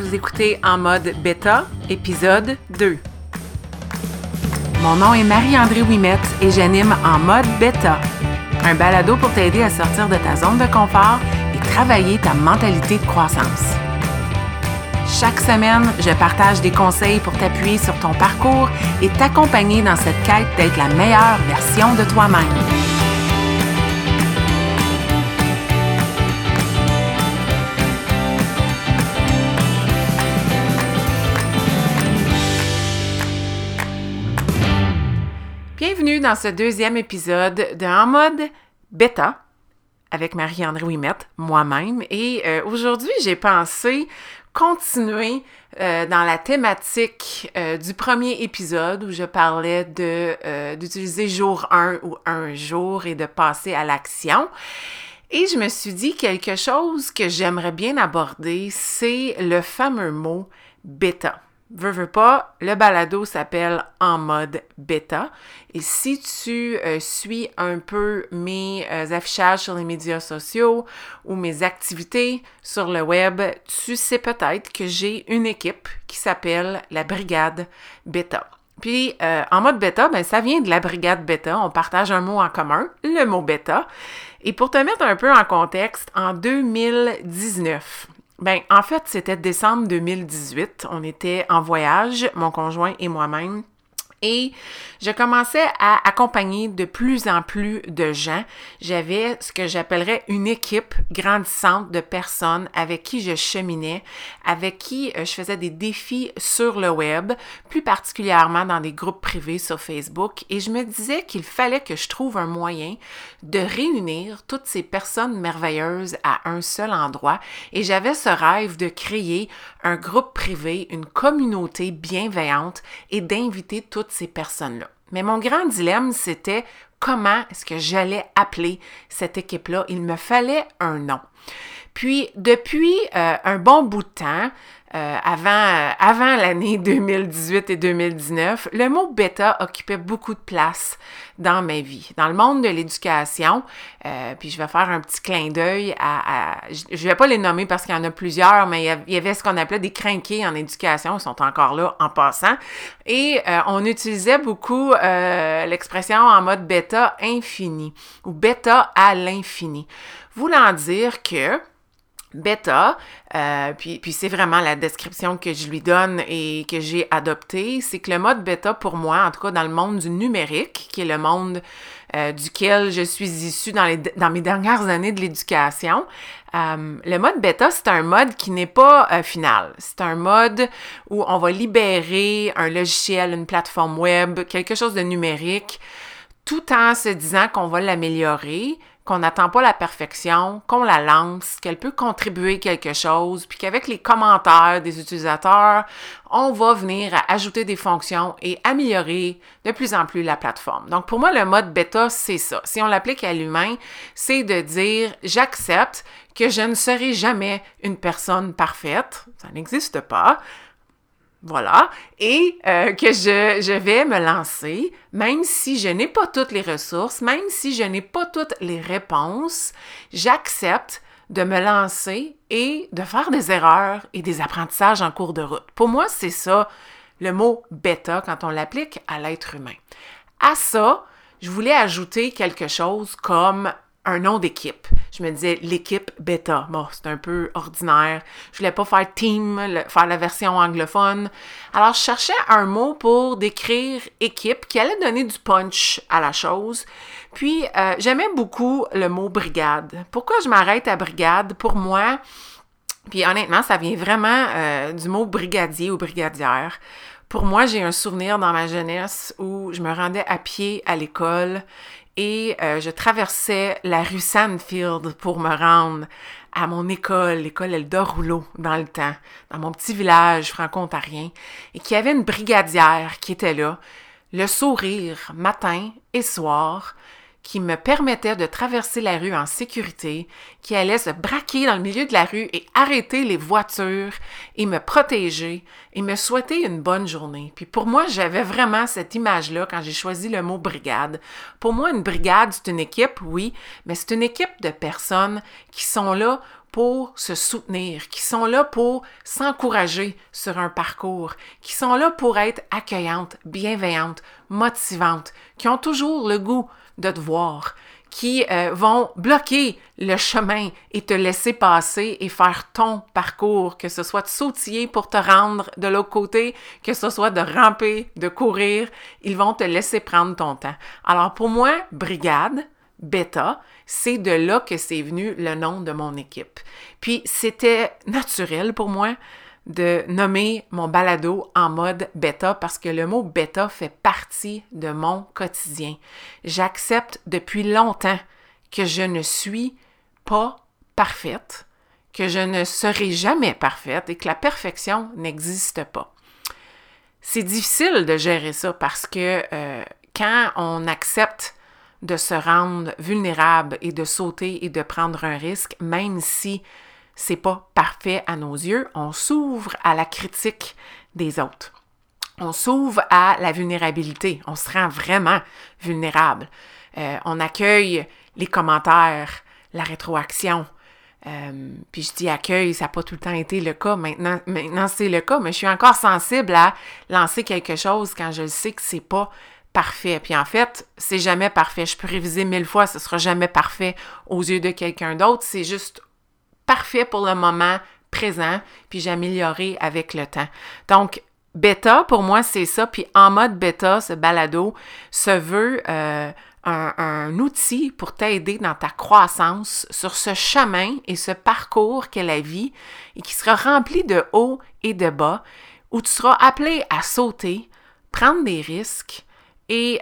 Vous écoutez En mode bêta, épisode 2. Mon nom est Marie-André Ouimette et j'anime En mode bêta, un balado pour t'aider à sortir de ta zone de confort et travailler ta mentalité de croissance. Chaque semaine, je partage des conseils pour t'appuyer sur ton parcours et t'accompagner dans cette quête d'être la meilleure version de toi-même. Bienvenue dans ce deuxième épisode de En mode bêta avec Marie-André Ouimette, moi-même. Et aujourd'hui, j'ai pensé continuer dans la thématique du premier épisode où je parlais d'utiliser jour 1 ou un jour et de passer à l'action. Et je me suis dit quelque chose que j'aimerais bien aborder, c'est le fameux mot « bêta ». Veux pas, le balado s'appelle En mode bêta. Et si tu suis un peu mes affichages sur les médias sociaux ou mes activités sur le web, tu sais peut-être que j'ai une équipe qui s'appelle la Brigade Bêta. Puis, en mode bêta, ça vient de la Brigade Bêta. On partage un mot en commun, le mot bêta. Et pour te mettre un peu en contexte, en 2019... en fait, c'était décembre 2018. On était en voyage, mon conjoint et moi-même. Et je commençais à accompagner de plus en plus de gens. J'avais ce que j'appellerais une équipe grandissante de personnes avec qui je cheminais, avec qui je faisais des défis sur le web, plus particulièrement dans des groupes privés sur Facebook. Et je me disais qu'il fallait que je trouve un moyen de réunir toutes ces personnes merveilleuses à un seul endroit. Et j'avais ce rêve de créer un groupe privé, une communauté bienveillante et d'inviter toutes ces personnes-là. Mais mon grand dilemme, c'était comment est-ce que j'allais appeler cette équipe-là? Il me fallait un nom. Puis, depuis un bon bout de temps, avant l'année 2018 et 2019, le mot « bêta » occupait beaucoup de place dans ma vie. Dans le monde de l'éducation, puis je vais faire un petit clin d'œil je vais pas les nommer parce qu'il y en a plusieurs, mais il y avait ce qu'on appelait des crinqués en éducation, ils sont encore là en passant, et on utilisait beaucoup l'expression en mode « bêta infini » ou « bêta à l'infini », voulant dire que bêta, puis c'est vraiment la description que je lui donne et que j'ai adoptée, c'est que le mode bêta pour moi, en tout cas dans le monde du numérique, qui est le monde duquel je suis issue dans mes dernières années de l'éducation, le mode bêta, c'est un mode qui n'est pas final. C'est un mode où on va libérer un logiciel, une plateforme web, quelque chose de numérique, tout en se disant qu'on va l'améliorer, qu'on n'attend pas la perfection, qu'on la lance, qu'elle peut contribuer quelque chose, puis qu'avec les commentaires des utilisateurs, on va venir ajouter des fonctions et améliorer de plus en plus la plateforme. Donc, pour moi, le mode bêta, c'est ça. Si on l'applique à l'humain, c'est de dire « j'accepte que je ne serai jamais une personne parfaite », ça n'existe pas, voilà, et que je vais me lancer, même si je n'ai pas toutes les ressources, même si je n'ai pas toutes les réponses, j'accepte de me lancer et de faire des erreurs et des apprentissages en cours de route. Pour moi, c'est ça, le mot « bêta » quand on l'applique à l'être humain. À ça, je voulais ajouter quelque chose comme un nom d'équipe. Je me disais l'équipe bêta. Bon, c'est un peu ordinaire. Je voulais pas faire team, faire la version anglophone. Alors, je cherchais un mot pour décrire équipe qui allait donner du punch à la chose. Puis, j'aimais beaucoup le mot brigade. Pourquoi je m'arrête à brigade? Pour moi, puis honnêtement, ça vient vraiment du mot brigadier ou brigadière. Pour moi, j'ai un souvenir dans ma jeunesse où je me rendais à pied à l'école et je traversais la rue Sandfield pour me rendre à mon école, l'école Elda Rouleau dans le temps, dans mon petit village franco-ontarien, et qu'il y avait une brigadière qui était là, le sourire matin et soir, qui me permettait de traverser la rue en sécurité, qui allait se braquer dans le milieu de la rue et arrêter les voitures et me protéger et me souhaiter une bonne journée. Puis pour moi, j'avais vraiment cette image-là quand j'ai choisi le mot brigade. Pour moi, une brigade, c'est une équipe, oui, mais c'est une équipe de personnes qui sont là pour se soutenir, qui sont là pour s'encourager sur un parcours, qui sont là pour être accueillantes, bienveillantes, motivantes, qui ont toujours le goût de te voir, qui vont bloquer le chemin et te laisser passer et faire ton parcours, que ce soit de sautiller pour te rendre de l'autre côté, que ce soit de ramper, de courir, ils vont te laisser prendre ton temps. Alors pour moi, Brigade, Beta, c'est de là que c'est venu le nom de mon équipe. Puis c'était naturel pour moi de nommer mon balado en mode bêta parce que le mot bêta fait partie de mon quotidien. J'accepte depuis longtemps que je ne suis pas parfaite, que je ne serai jamais parfaite et que la perfection n'existe pas. C'est difficile de gérer ça parce que quand on accepte de se rendre vulnérable et de sauter et de prendre un risque, même si c'est pas parfait à nos yeux, on s'ouvre à la critique des autres. On s'ouvre à la vulnérabilité. On se rend vraiment vulnérable. On accueille les commentaires, la rétroaction. Puis je dis accueil, ça n'a pas tout le temps été le cas. Maintenant c'est le cas, mais je suis encore sensible à lancer quelque chose quand je sais que c'est pas parfait. Puis en fait, c'est jamais parfait. Je peux réviser 1000 fois, ce sera jamais parfait aux yeux de quelqu'un d'autre. C'est juste parfait pour le moment présent, puis j'améliorerai avec le temps. Donc, bêta, pour moi, c'est ça. Puis en mode bêta, ce balado se veut un outil pour t'aider dans ta croissance sur ce chemin et ce parcours qu'est la vie et qui sera rempli de hauts et de bas, où tu seras appelé à sauter, prendre des risques et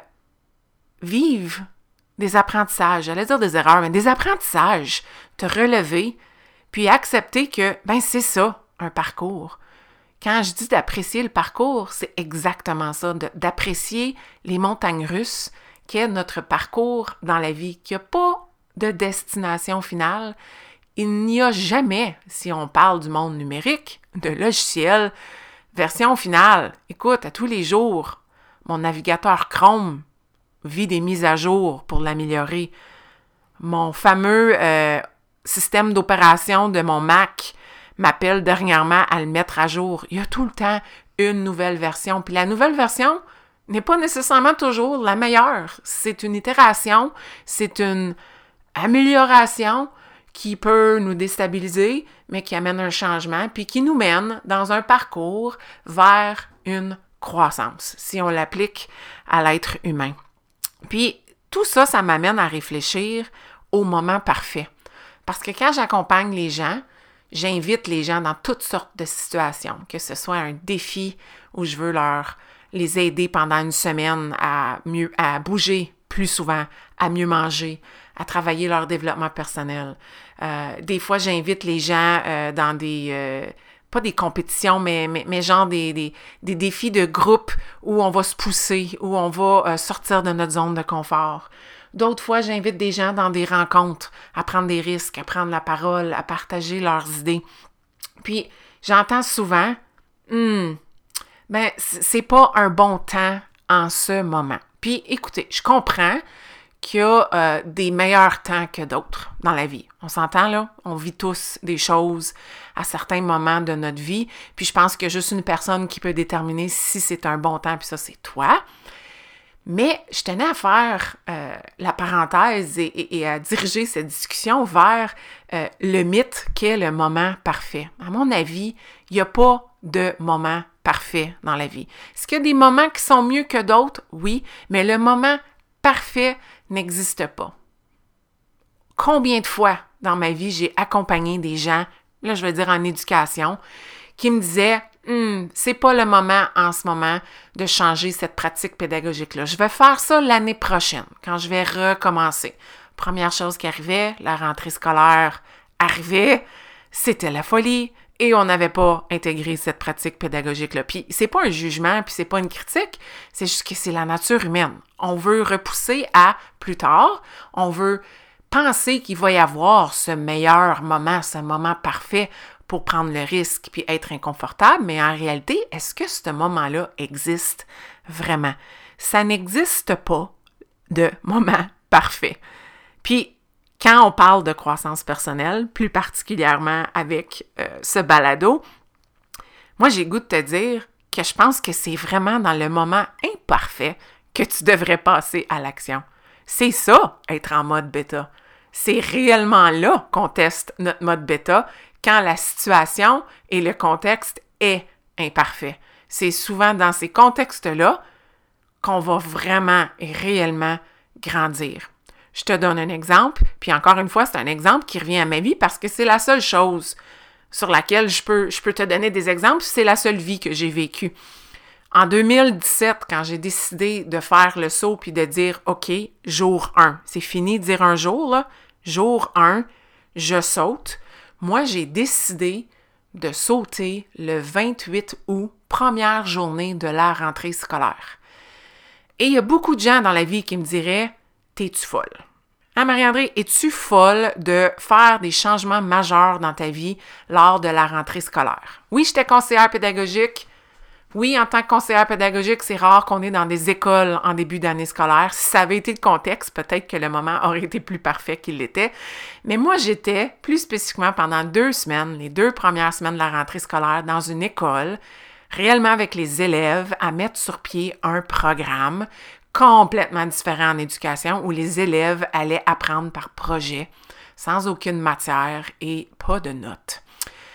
vivre des apprentissages, j'allais dire des erreurs, mais des apprentissages, te relever, puis accepter que, c'est ça, un parcours. Quand je dis d'apprécier le parcours, c'est exactement ça, d'apprécier les montagnes russes qu'est notre parcours dans la vie, qu'il n'y a pas de destination finale. Il n'y a jamais, si on parle du monde numérique, de logiciel, version finale. Écoute, à tous les jours, mon navigateur Chrome vit des mises à jour pour l'améliorer. Mon fameux système d'opération de mon Mac m'appelle dernièrement à le mettre à jour. Il y a tout le temps une nouvelle version. Puis la nouvelle version n'est pas nécessairement toujours la meilleure. C'est une itération, c'est une amélioration qui peut nous déstabiliser, mais qui amène un changement, puis qui nous mène dans un parcours vers une croissance, si on l'applique à l'être humain. Puis tout ça, ça m'amène à réfléchir au moment parfait. Parce que quand j'accompagne les gens, j'invite les gens dans toutes sortes de situations, que ce soit un défi où je veux les aider pendant une semaine à bouger plus souvent, à mieux manger, à travailler leur développement personnel. Des fois, j'invite les gens dans pas des compétitions, mais genre des défis de groupe où on va se pousser, où on va sortir de notre zone de confort. D'autres fois, j'invite des gens dans des rencontres à prendre des risques, à prendre la parole, à partager leurs idées. Puis, j'entends souvent, c'est pas un bon temps en ce moment. Puis, écoutez, je comprends qu'il y a des meilleurs temps que d'autres dans la vie. On s'entend, là? On vit tous des choses à certains moments de notre vie. Puis, je pense qu'il y a juste une personne qui peut déterminer si c'est un bon temps, puis ça, c'est toi. Mais je tenais à faire la parenthèse et à diriger cette discussion vers le mythe qu'est le moment parfait. À mon avis, il n'y a pas de moment parfait dans la vie. Est-ce qu'il y a des moments qui sont mieux que d'autres? Oui, mais le moment parfait n'existe pas. Combien de fois dans ma vie j'ai accompagné des gens, là je vais dire en éducation, qui me disaient c'est pas le moment en ce moment de changer cette pratique pédagogique-là. Je vais faire ça l'année prochaine, quand je vais recommencer. Première chose qui arrivait, la rentrée scolaire arrivait, c'était la folie et on n'avait pas intégré cette pratique pédagogique-là. Puis c'est pas un jugement, puis c'est pas une critique, c'est juste que c'est la nature humaine. On veut repousser à plus tard, on veut penser qu'il va y avoir ce meilleur moment, ce moment parfait pour prendre le risque puis être inconfortable, mais en réalité, est-ce que ce moment-là existe vraiment? Ça n'existe pas de moment parfait. Puis, quand on parle de croissance personnelle, plus particulièrement avec ce balado, moi, j'ai le goût de te dire que je pense que c'est vraiment dans le moment imparfait que tu devrais passer à l'action. C'est ça, être en mode bêta. C'est réellement là qu'on teste notre mode bêta quand la situation et le contexte est imparfait. C'est souvent dans ces contextes-là qu'on va vraiment et réellement grandir. Je te donne un exemple, puis encore une fois, c'est un exemple qui revient à ma vie parce que c'est la seule chose sur laquelle je peux te donner des exemples, c'est la seule vie que j'ai vécue. En 2017, quand j'ai décidé de faire le saut puis de dire « OK, jour 1 », c'est fini de dire un jour, là, jour 1, je saute. Moi, j'ai décidé de sauter le 28 août, première journée de la rentrée scolaire. Et il y a beaucoup de gens dans la vie qui me diraient « T'es-tu folle? » Hein, Marie-André, es-tu folle de faire des changements majeurs dans ta vie lors de la rentrée scolaire? Oui, j'étais conseillère pédagogique. Oui, en tant que conseillère pédagogique, c'est rare qu'on est dans des écoles en début d'année scolaire. Si ça avait été le contexte, peut-être que le moment aurait été plus parfait qu'il l'était. Mais moi, j'étais, plus spécifiquement pendant 2 semaines, les 2 premières semaines de la rentrée scolaire, dans une école, réellement avec les élèves, à mettre sur pied un programme complètement différent en éducation où les élèves allaient apprendre par projet, sans aucune matière et pas de notes.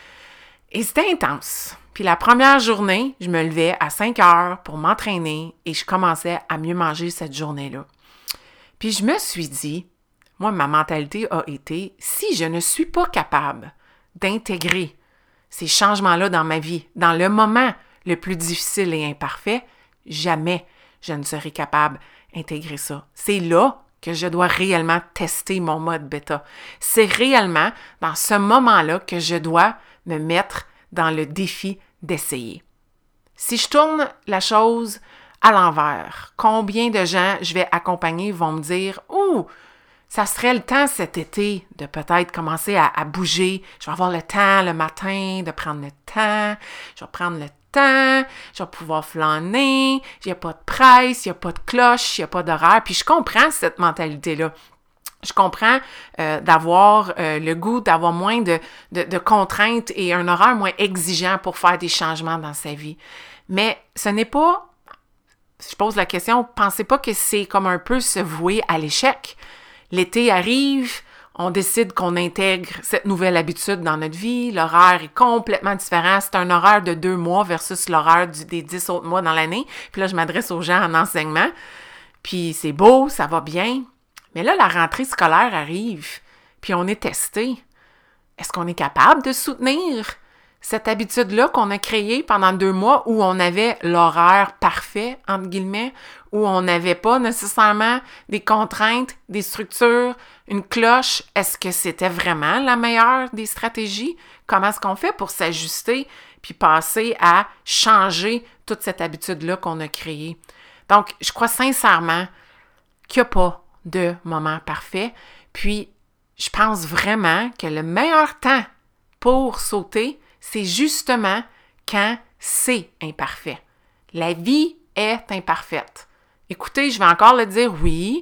Et c'était intense. Puis la première journée, je me levais à 5 heures pour m'entraîner et je commençais à mieux manger cette journée-là. Puis je me suis dit, moi, ma mentalité a été, si je ne suis pas capable d'intégrer ces changements-là dans ma vie, dans le moment le plus difficile et imparfait, jamais je ne serai capable d'intégrer ça. C'est là que je dois réellement tester mon mode bêta. C'est réellement dans ce moment-là que je dois me mettre dans le défi d'essayer. Si je tourne la chose à l'envers, combien de gens je vais accompagner vont me dire « Ouh, ça serait le temps cet été de peut-être commencer à bouger. Je vais avoir le temps le matin de prendre le temps. Je vais prendre le temps, je vais pouvoir flâner, il n'y a pas de presse, il n'y a pas de cloche, il n'y a pas d'horaire. » Puis je comprends cette mentalité-là. Je comprends d'avoir le goût d'avoir moins de contraintes et un horaire moins exigeant pour faire des changements dans sa vie. Mais ce n'est pas, je pose la question, pensez pas que c'est comme un peu se vouer à l'échec. L'été arrive, on décide qu'on intègre cette nouvelle habitude dans notre vie, l'horaire est complètement différent, c'est un horaire de 2 mois versus l'horaire des 10 autres mois dans l'année. Puis là, je m'adresse aux gens en enseignement, puis c'est beau, ça va bien. Mais là, la rentrée scolaire arrive, puis on est testé. Est-ce qu'on est capable de soutenir cette habitude-là qu'on a créée pendant 2 mois où on avait l'horaire parfait, entre guillemets, où on n'avait pas nécessairement des contraintes, des structures, une cloche? Est-ce que c'était vraiment la meilleure des stratégies? Comment est-ce qu'on fait pour s'ajuster puis passer à changer toute cette habitude-là qu'on a créée? Donc, je crois sincèrement qu'il n'y a pas de moment parfait. Puis, je pense vraiment que le meilleur temps pour sauter, c'est justement quand c'est imparfait. La vie est imparfaite. Écoutez, je vais encore le dire, oui,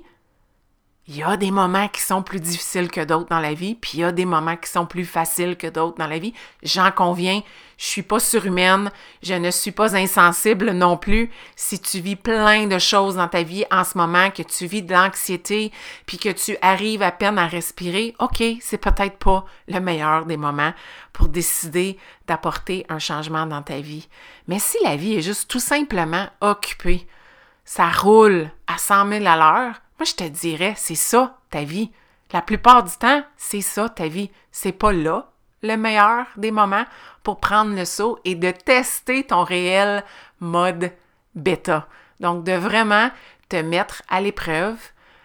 il y a des moments qui sont plus difficiles que d'autres dans la vie, puis il y a des moments qui sont plus faciles que d'autres dans la vie. J'en conviens, je suis pas surhumaine, je ne suis pas insensible non plus. Si tu vis plein de choses dans ta vie en ce moment, que tu vis de l'anxiété, puis que tu arrives à peine à respirer, OK, c'est peut-être pas le meilleur des moments pour décider d'apporter un changement dans ta vie. Mais si la vie est juste tout simplement occupée, ça roule à 100 000 à l'heure, moi, je te dirais, c'est ça, ta vie. La plupart du temps, c'est ça, ta vie. C'est pas là le meilleur des moments pour prendre le saut et de tester ton réel mode bêta. Donc, de vraiment te mettre à l'épreuve,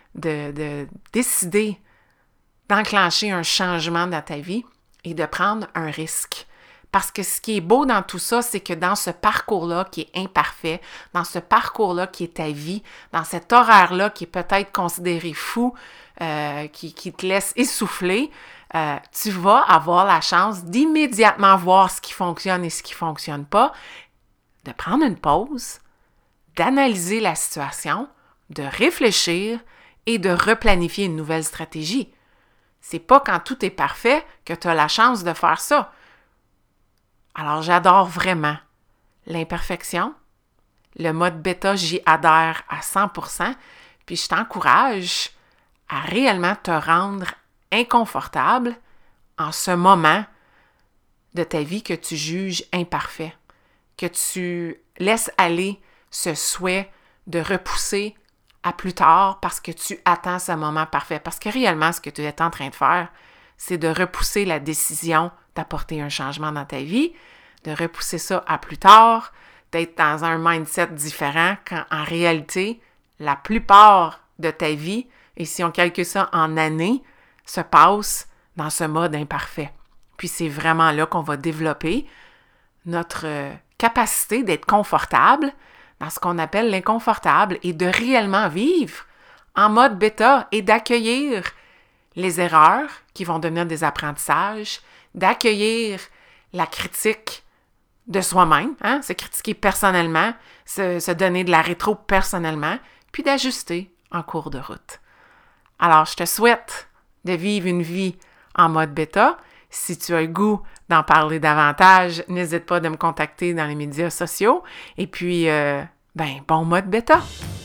de décider d'enclencher un changement dans ta vie et de prendre un risque. Parce que ce qui est beau dans tout ça, c'est que dans ce parcours-là qui est imparfait, dans ce parcours-là qui est ta vie, dans cet horaire-là qui est peut-être considéré fou, qui te laisse essouffler, tu vas avoir la chance d'immédiatement voir ce qui fonctionne et ce qui ne fonctionne pas, de prendre une pause, d'analyser la situation, de réfléchir et de replanifier une nouvelle stratégie. C'est pas quand tout est parfait que tu as la chance de faire ça. Alors, j'adore vraiment l'imperfection. Le mode bêta, j'y adhère à 100%. Puis, je t'encourage à réellement te rendre inconfortable en ce moment de ta vie que tu juges imparfait, que tu laisses aller ce souhait de repousser à plus tard parce que tu attends ce moment parfait. Parce que réellement, ce que tu es en train de faire, c'est de repousser la décision d'apporter un changement dans ta vie, de repousser ça à plus tard, d'être dans un mindset différent quand en réalité, la plupart de ta vie, et si on calcule ça en années, se passe dans ce mode imparfait. Puis c'est vraiment là qu'on va développer notre capacité d'être confortable dans ce qu'on appelle l'inconfortable et de réellement vivre en mode bêta et d'accueillir les erreurs qui vont devenir des apprentissages, d'accueillir la critique de soi-même, se critiquer personnellement, se donner de la rétro personnellement, puis d'ajuster en cours de route. Alors, je te souhaite de vivre une vie en mode bêta. Si tu as le goût d'en parler davantage, n'hésite pas de me contacter dans les médias sociaux. Et puis, bon mode bêta!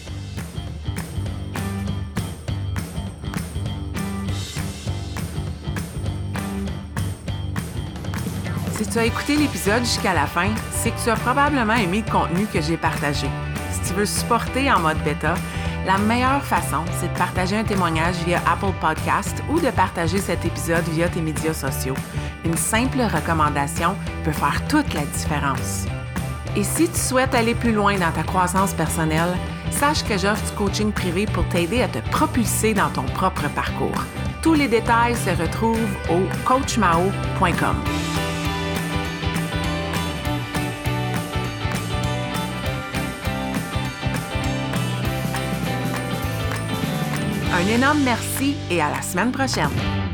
Si tu as écouté l'épisode jusqu'à la fin, c'est que tu as probablement aimé le contenu que j'ai partagé. Si tu veux supporter en mode bêta, la meilleure façon, c'est de partager un témoignage via Apple Podcast ou de partager cet épisode via tes médias sociaux. Une simple recommandation peut faire toute la différence. Et si tu souhaites aller plus loin dans ta croissance personnelle, sache que j'offre du coaching privé pour t'aider à te propulser dans ton propre parcours. Tous les détails se retrouvent au coachmao.com. Un énorme merci et à la semaine prochaine!